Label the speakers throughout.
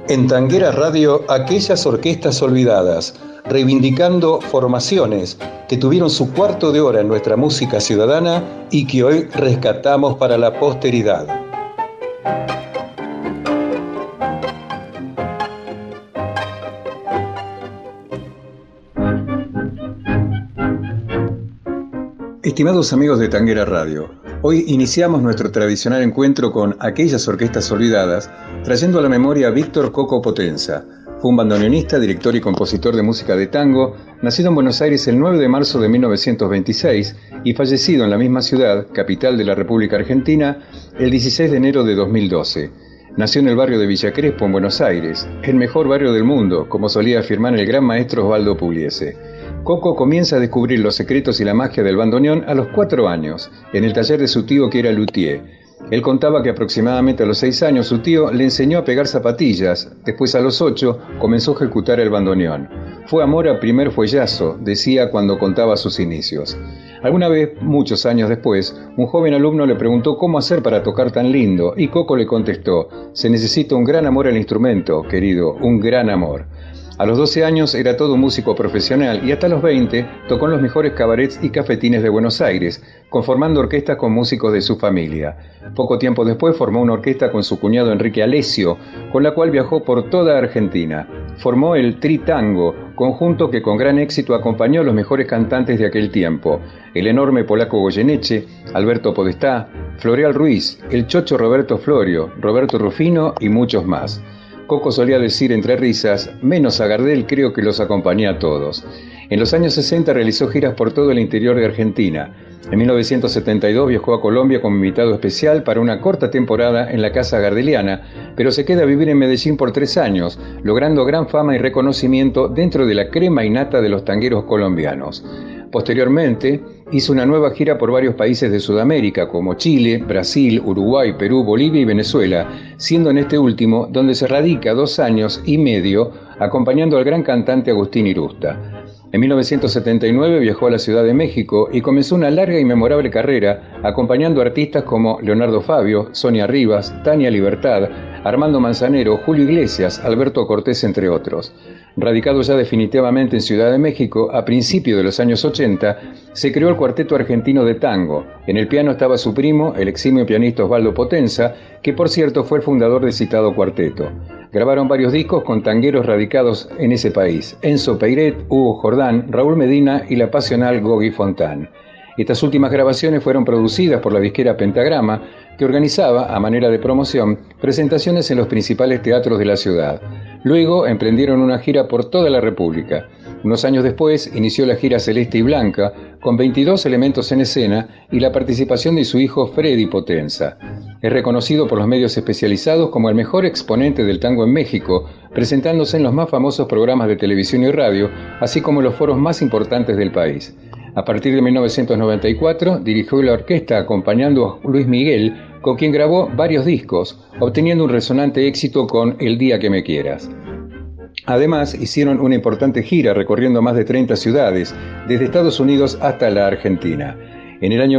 Speaker 1: En Tanguera Radio, aquellas orquestas olvidadas, reivindicando formaciones que tuvieron su cuarto de hora en nuestra música ciudadana y que hoy rescatamos para la posteridad. Estimados amigos de Tanguera Radio, hoy iniciamos nuestro tradicional encuentro con aquellas orquestas olvidadas, trayendo a la memoria a Víctor Coco Potenza. Fue un bandoneonista, director y compositor de música de tango, nacido en Buenos Aires el 9 de marzo de 1926 y fallecido en la misma ciudad, capital de la República Argentina, el 16 de enero de 2012. Nació en el barrio de Villa Crespo, en Buenos Aires, el mejor barrio del mundo, como solía afirmar el gran maestro Osvaldo Pugliese. Coco comienza a descubrir los secretos y la magia del bandoneón a los 4 años, en el taller de su tío que era luthier. Él contaba que aproximadamente a los 6 años su tío le enseñó a pegar zapatillas, después a los 8 comenzó a ejecutar el bandoneón. Fue amor a primer fuellazo, decía cuando contaba sus inicios. Alguna vez, muchos años después, un joven alumno le preguntó cómo hacer para tocar tan lindo y Coco le contestó: se necesita un gran amor al instrumento, querido, un gran amor. A los 12 años era todo músico profesional y hasta los 20 tocó en los mejores cabarets y cafetines de Buenos Aires, conformando orquestas con músicos de su familia. Poco tiempo después formó una orquesta con su cuñado Enrique Alesio, con la cual viajó por toda Argentina. Formó el Tri Tango, conjunto que con gran éxito acompañó a los mejores cantantes de aquel tiempo: el enorme polaco Goyeneche, Alberto Podestá, Floreal Ruiz, el chocho Roberto Florio, Roberto Rufino y muchos más. Coco solía decir entre risas: menos a Gardel, creo que los acompañé a todos. En los años 60 realizó giras por todo el interior de Argentina. En 1972 viajó a Colombia como invitado especial para una corta temporada en la Casa Gardeliana, pero se queda a vivir en Medellín por 3 años, logrando gran fama y reconocimiento dentro de la crema innata de los tangueros colombianos. Posteriormente, hizo una nueva gira por varios países de Sudamérica, como Chile, Brasil, Uruguay, Perú, Bolivia y Venezuela, siendo en este último donde se radica 2 años y medio acompañando al gran cantante Agustín Irusta. En 1979 viajó a la Ciudad de México y comenzó una larga y memorable carrera acompañando a artistas como Leonardo Fabio, Sonia Rivas, Tania Libertad, Armando Manzanero, Julio Iglesias, Alberto Cortés, entre otros. Radicado ya definitivamente en Ciudad de México, a principios de los años 80, se creó el Cuarteto Argentino de Tango. En el piano estaba su primo, el eximio pianista Osvaldo Potenza, que por cierto fue el fundador del citado cuarteto. Grabaron varios discos con tangueros radicados en ese país: Enzo Peiret, Hugo Jordán, Raúl Medina y la pasional Gogi Fontán. Estas últimas grabaciones fueron producidas por la disquera Pentagrama, que organizaba, a manera de promoción, presentaciones en los principales teatros de la ciudad. Luego emprendieron una gira por toda la República. Unos años después inició la gira Celeste y Blanca, con 22 elementos en escena y la participación de su hijo Freddy Potenza. Es reconocido por los medios especializados como el mejor exponente del tango en México, presentándose en los más famosos programas de televisión y radio, así como en los foros más importantes del país. A partir de 1994 dirigió la orquesta acompañando a Luis Miguel, con quien grabó varios discos, obteniendo un resonante éxito con El día que me quieras. Además, hicieron una importante gira recorriendo más de 30 ciudades, desde Estados Unidos hasta la Argentina. En el año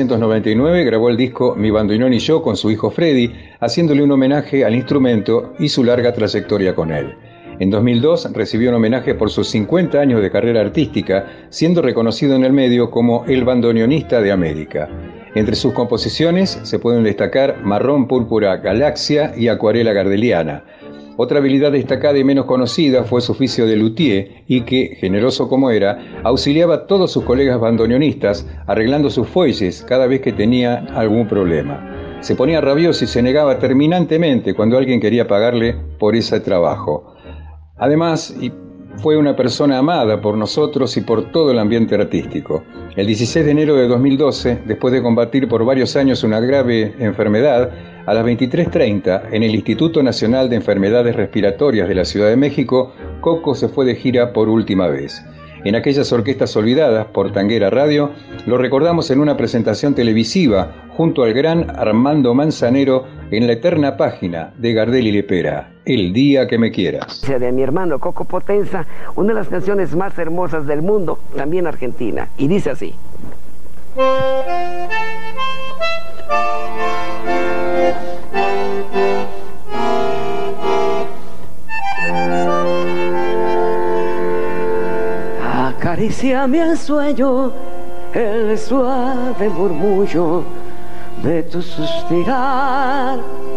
Speaker 1: 1999 grabó el disco Mi bandoneón y yo con su hijo Freddy, haciéndole un homenaje al instrumento y su larga trayectoria con él. En 2002 recibió un homenaje por sus 50 años de carrera artística, siendo reconocido en el medio como el bandoneonista de América. Entre sus composiciones se pueden destacar Marrón Púrpura Galaxia y Acuarela Gardeliana. Otra habilidad destacada y menos conocida fue su oficio de luthier y que, generoso como era, auxiliaba a todos sus colegas bandoneonistas arreglando sus fuelles cada vez que tenía algún problema. Se ponía rabioso y se negaba terminantemente cuando alguien quería pagarle por ese trabajo. Además, fue una persona amada por nosotros y por todo el ambiente artístico. El 16 de enero de 2012, después de combatir por varios años una grave enfermedad, a las 23:30, en el Instituto Nacional de Enfermedades Respiratorias de la Ciudad de México, Coco se fue de gira por última vez. En aquellas orquestas olvidadas por Tanguera Radio, lo recordamos en una presentación televisiva junto al gran Armando Manzanero en la eterna página de Gardel y Lepera, El día que me quieras.
Speaker 2: De mi hermano Coco Potenza, una de las canciones más hermosas del mundo, también argentina, y dice así. Acaríciame el sueño, el suave murmullo de tu suspirar.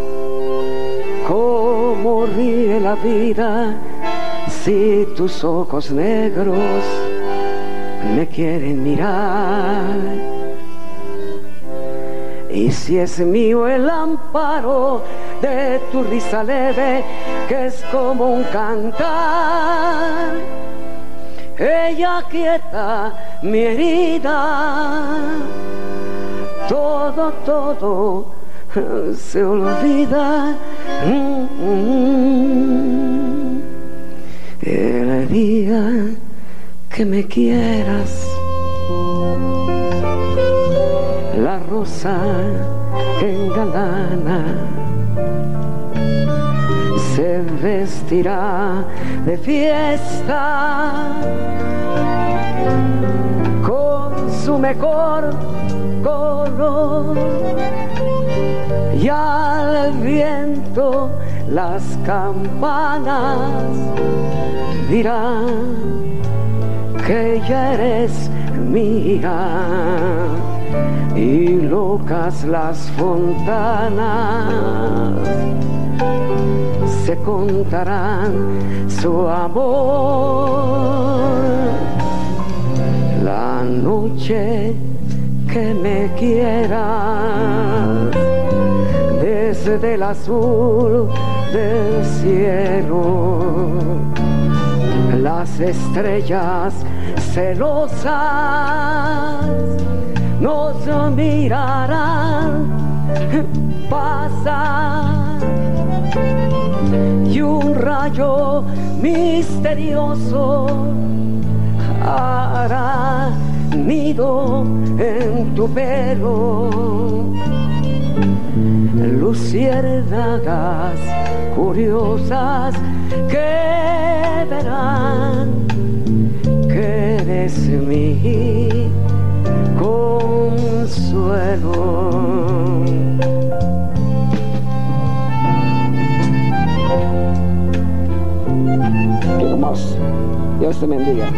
Speaker 2: Cómo ríe la vida si tus ojos negros me quieren mirar. Y si es mío el amparo de tu risa leve, que es como un cantar, ella quieta mi herida, todo se olvida. El día que me quieras, la rosa que engalana se vestirá de fiesta con su mejor color, y al viento las campanas dirán que ya eres mía, y locas las fontanas se contarán su amor. La noche que me quieras, desde el azul del cielo, las estrellas celosas nos mirarán pasar, y un rayo misterioso hará nido en tu pelo. Luciérnagas curiosas que verán que eres mi consuelo. Qué hermoso. Dios te bendiga.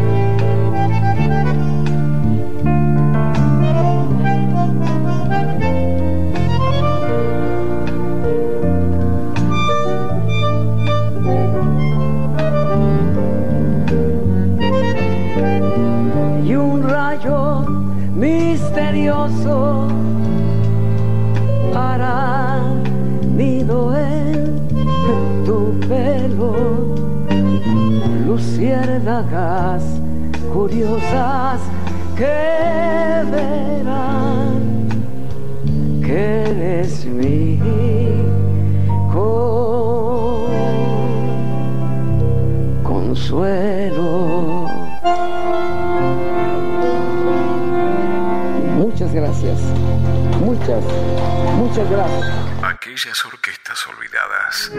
Speaker 2: Y un rayo misterioso hará nido en tu pelo. Luciérnagas curiosas que verán que eres mi consuelo. Muchas gracias. Muchas gracias.
Speaker 1: Aquellas orquestas olvidadas.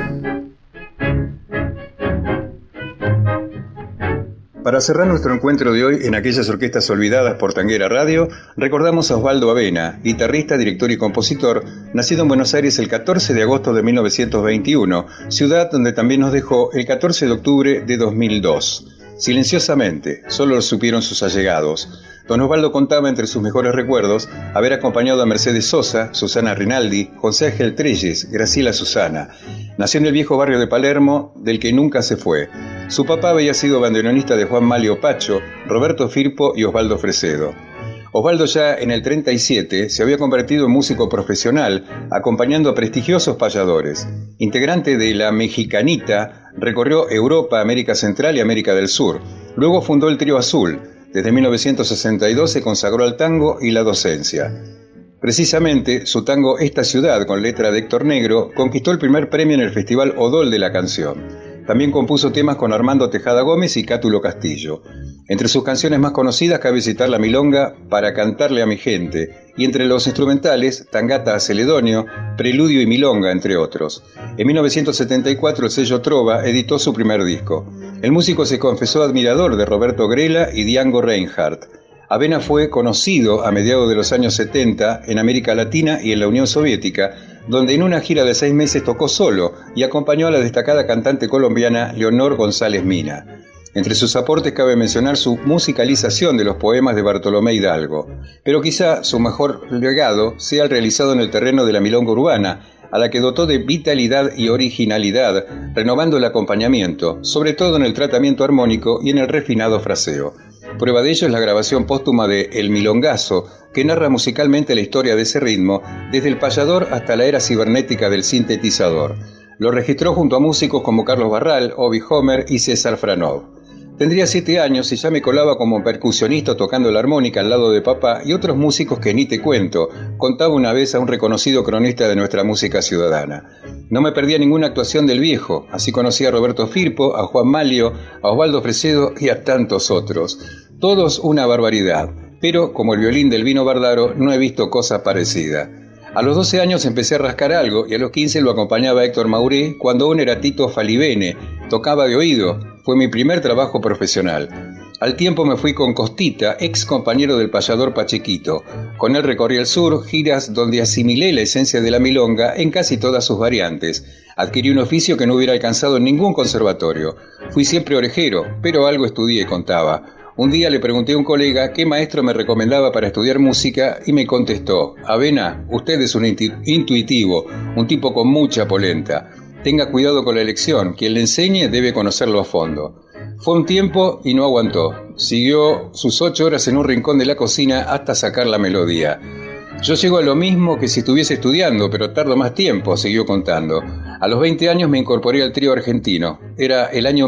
Speaker 1: Para cerrar nuestro encuentro de hoy en Aquellas orquestas olvidadas por Tanguera Radio, recordamos a Osvaldo Avena, guitarrista, director y compositor, nacido en Buenos Aires el 14 de agosto de 1921, ciudad donde también nos dejó el 14 de octubre de 2002. Silenciosamente, solo lo supieron sus allegados. Don Osvaldo contaba entre sus mejores recuerdos haber acompañado a Mercedes Sosa, Susana Rinaldi, José Ángel Trelles, Graciela Susana. Nació en el viejo barrio de Palermo, del que nunca se fue. Su papá había sido bandoneonista de Juan Malio Pacho, Roberto Firpo y Osvaldo Fresedo. Osvaldo ya en el 37 se había convertido en músico profesional, acompañando a prestigiosos payadores. Integrante de la Mexicanita, recorrió Europa, América Central y América del Sur. Luego fundó el Trío Azul. Desde 1962 se consagró al tango y la docencia. Precisamente, su tango Esta Ciudad, con letra de Héctor Negro, conquistó el primer premio en el Festival Odol de la Canción. También compuso temas con Armando Tejada Gómez y Cátulo Castillo. Entre sus canciones más conocidas cabe citar la milonga Para cantarle a mi gente, y entre los instrumentales, Tangata a Celedonio, Preludio y Milonga, entre otros. En 1974 el sello Trova editó su primer disco. El músico se confesó admirador de Roberto Grela y Django Reinhardt. Avena fue conocido a mediados de los años 70 en América Latina y en la Unión Soviética, donde en una gira de 6 meses tocó solo y acompañó a la destacada cantante colombiana Leonor González Mina. Entre sus aportes cabe mencionar su musicalización de los poemas de Bartolomé Hidalgo, pero quizá su mejor legado sea el realizado en el terreno de la milonga urbana, a la que dotó de vitalidad y originalidad, renovando el acompañamiento, sobre todo en el tratamiento armónico y en el refinado fraseo. Prueba de ello es la grabación póstuma de El Milongazo, que narra musicalmente la historia de ese ritmo, desde el payador hasta la era cibernética del sintetizador. Lo registró junto a músicos como Carlos Barral, Obi Homer y César Franov. Tendría 7 años y ya me colaba como percusionista tocando la armónica al lado de papá y otros músicos que ni te cuento, contaba una vez a un reconocido cronista de nuestra música ciudadana. No me perdía ninguna actuación del viejo, así conocí a Roberto Firpo, a Juan Malio, a Osvaldo Fresedo y a tantos otros. Todos una barbaridad, pero como el violín del Vino Bardaro no he visto cosa parecida. A los 12 años empecé a rascar algo y a los 15 lo acompañaba Héctor Mauré cuando aún era Tito Falivene, tocaba de oído, fue mi primer trabajo profesional. Al tiempo me fui con Costita, ex compañero del payador Pachequito. Con él recorrí el sur, giras donde asimilé la esencia de la milonga en casi todas sus variantes. Adquirí un oficio que no hubiera alcanzado en ningún conservatorio. Fui siempre orejero, pero algo estudié, contaba. Un día le pregunté a un colega qué maestro me recomendaba para estudiar música y me contestó: Avena, usted es un intuitivo, un tipo con mucha polenta. Tenga cuidado con la elección, quien le enseñe debe conocerlo a fondo. Fue un tiempo y no aguantó. Siguió sus 8 horas en un rincón de la cocina hasta sacar la melodía. Yo llego a lo mismo que si estuviese estudiando, pero tardo más tiempo, siguió contando. A los 20 años me incorporé al trío argentino. Era el año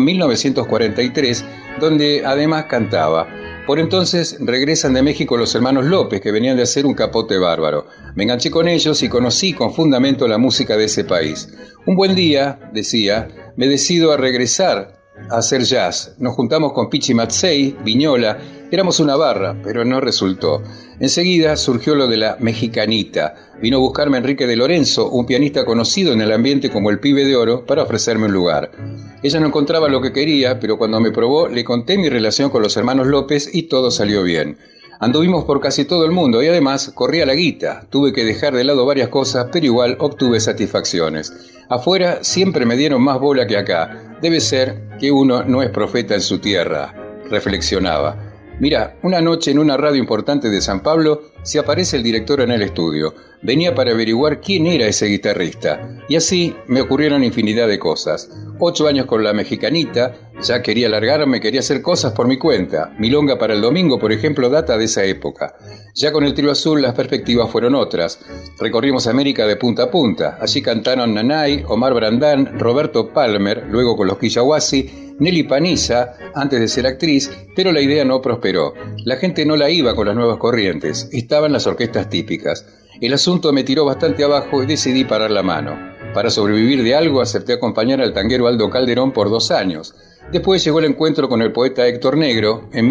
Speaker 1: 1943, donde además cantaba. Por entonces regresan de México los hermanos López, que venían de hacer un capote bárbaro. Me enganché con ellos y conocí con fundamento la música de ese país. Un buen día, decía, me decido a regresar a hacer jazz. Nos juntamos con Pichi Matsei, Viñola. Éramos una barra, pero no resultó. Enseguida surgió lo de la mexicanita. Vino a buscarme Enrique de Lorenzo, un pianista conocido en el ambiente como el Pibe de Oro, para ofrecerme un lugar. Ella no encontraba lo que quería, pero cuando me probó le conté mi relación con los hermanos López y todo salió bien. Anduvimos por casi todo el mundo y además corría la guita. Tuve que dejar de lado varias cosas, pero igual obtuve satisfacciones. Afuera siempre me dieron más bola que acá. Debe ser que uno no es profeta en su tierra, reflexionaba. Mira, una noche en una radio importante de San Pablo se aparece el director en el estudio. Venía para averiguar quién era ese guitarrista. Y así me ocurrieron infinidad de cosas. 8 años con la mexicanita, ya quería largarme, quería hacer cosas por mi cuenta. Milonga para el domingo, por ejemplo, data de esa época. Ya con el Trío Azul las perspectivas fueron otras. Recorrimos América de punta a punta. Allí cantaron Nanay, Omar Brandán, Roberto Palmer, luego con los Quillahuasi, Nelly Paniza, antes de ser actriz, pero la idea no prosperó. La gente no la iba con las nuevas corrientes, estaban las orquestas típicas. El asunto me tiró bastante abajo y decidí parar la mano. Para sobrevivir de algo acepté acompañar al tanguero Aldo Calderón por 2 años. Después llegó el encuentro con el poeta Héctor Negro en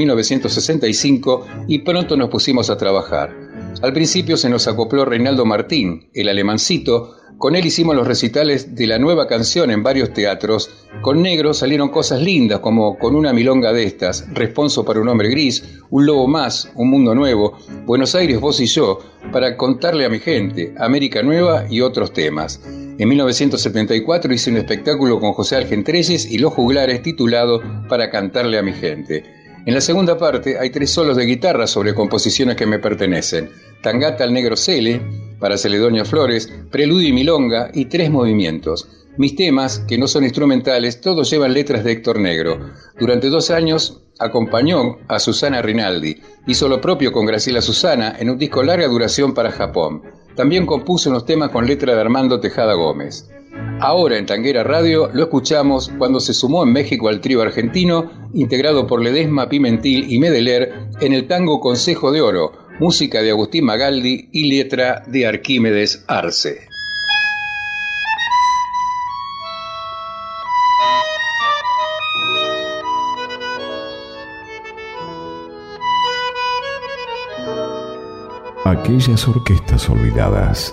Speaker 1: 1965 y pronto nos pusimos a trabajar. Al principio se nos acopló Reinaldo Martín, el alemancito. Con él hicimos los recitales de la nueva canción en varios teatros. Con Negro salieron cosas lindas como Con una milonga de estas, Responso para un hombre gris, Un lobo más, Un mundo nuevo, Buenos Aires, vos y yo, Para contarle a mi gente, América Nueva y otros temas. En 1974 hice un espectáculo con José Argentrelles y Los Juglares titulado Para cantarle a mi gente. En la segunda parte hay 3 solos de guitarra sobre composiciones que me pertenecen. Tangata al Negro Cele, para Celedonio Flores, Preludio y Milonga y 3 movimientos. Mis temas, que no son instrumentales, todos llevan letras de Héctor Negro. Durante 2 años acompañó a Susana Rinaldi. Hizo lo propio con Graciela Susana en un disco larga duración para Japón. También compuso unos temas con letra de Armando Tejada Gómez. Ahora en Tanguera Radio lo escuchamos cuando se sumó en México al trío argentino, integrado por Ledesma, Pimentil y Medeler, en el tango Consejo de Oro, música de Agustín Magaldi y letra de Arquímedes Arce.
Speaker 3: Aquellas orquestas olvidadas.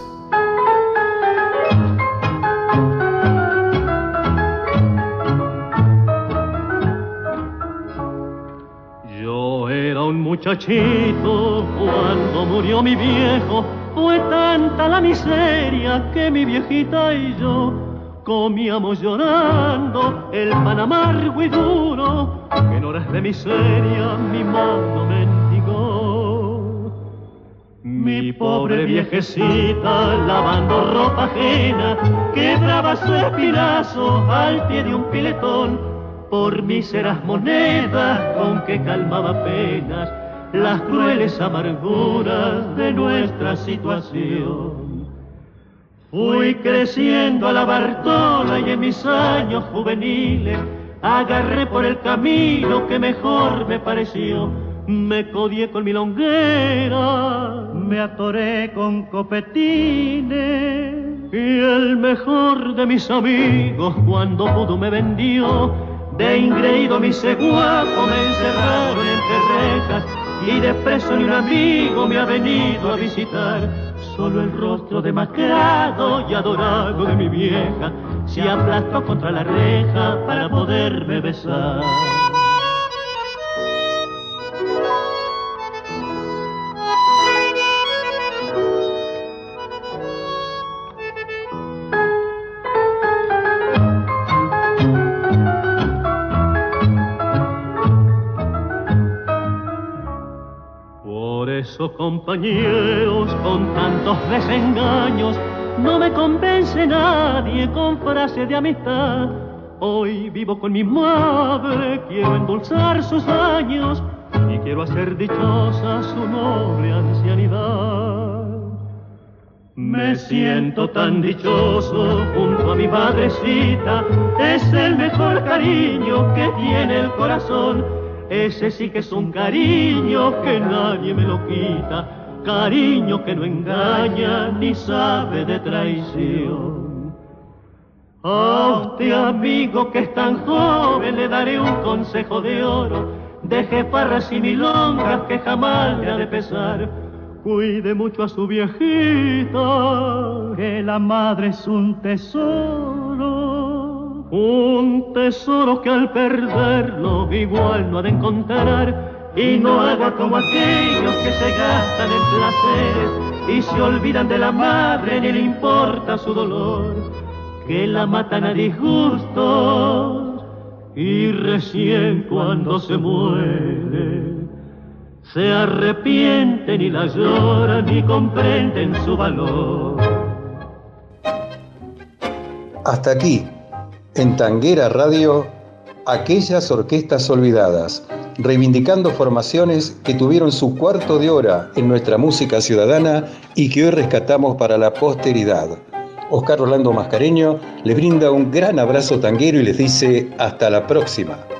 Speaker 4: Yo era un muchachito cuando murió mi viejo. Fue tanta la miseria que mi viejita y yo comíamos llorando el pan amargo y duro que en horas de miseria mi mano mendigó. Mi pobre viejecita lavando ropa ajena quebraba su espinazo al pie de un piletón por míseras monedas con que calmaba penas las crueles amarguras de nuestra situación. Fui creciendo a la Bartola y en mis años juveniles agarré por el camino que mejor me pareció. Me codié con milonguera, me atoré con copetines y el mejor de mis amigos cuando pudo me vendió. De ingreído mi seguapo me encerraron entre rejas y de preso ni un amigo me ha venido a visitar. Solo el rostro demacrado y adorado de mi vieja se aplastó contra la reja para poderme besar. Compañeros, con tantos desengaños no me convence nadie con frase de amistad. Hoy vivo con mi madre, quiero endulzar sus años y quiero hacer dichosa su noble ancianidad. Me siento tan dichoso junto a mi madrecita, es el mejor cariño que tiene el corazón. Ese sí que es un cariño que nadie me lo quita, cariño que no engaña ni sabe de traición. A usted, amigo, que es tan joven, le daré un consejo de oro. Deje farras y milongas que jamás le ha de pesar. Cuide mucho a su viejita, que la madre es un tesoro. Un tesoro que al perderlo igual no ha de encontrar. Y no haga como aquellos que se gastan en placeres y se olvidan de la madre, ni le importa su dolor, que la matan a disgustos y recién cuando se muere se arrepienten y la lloran y comprenden su valor.
Speaker 1: Hasta aquí, en Tanguera Radio, aquellas orquestas olvidadas, reivindicando formaciones que tuvieron su cuarto de hora en nuestra música ciudadana y que hoy rescatamos para la posteridad. Oscar Orlando Mascareño les brinda un gran abrazo tanguero y les dice hasta la próxima.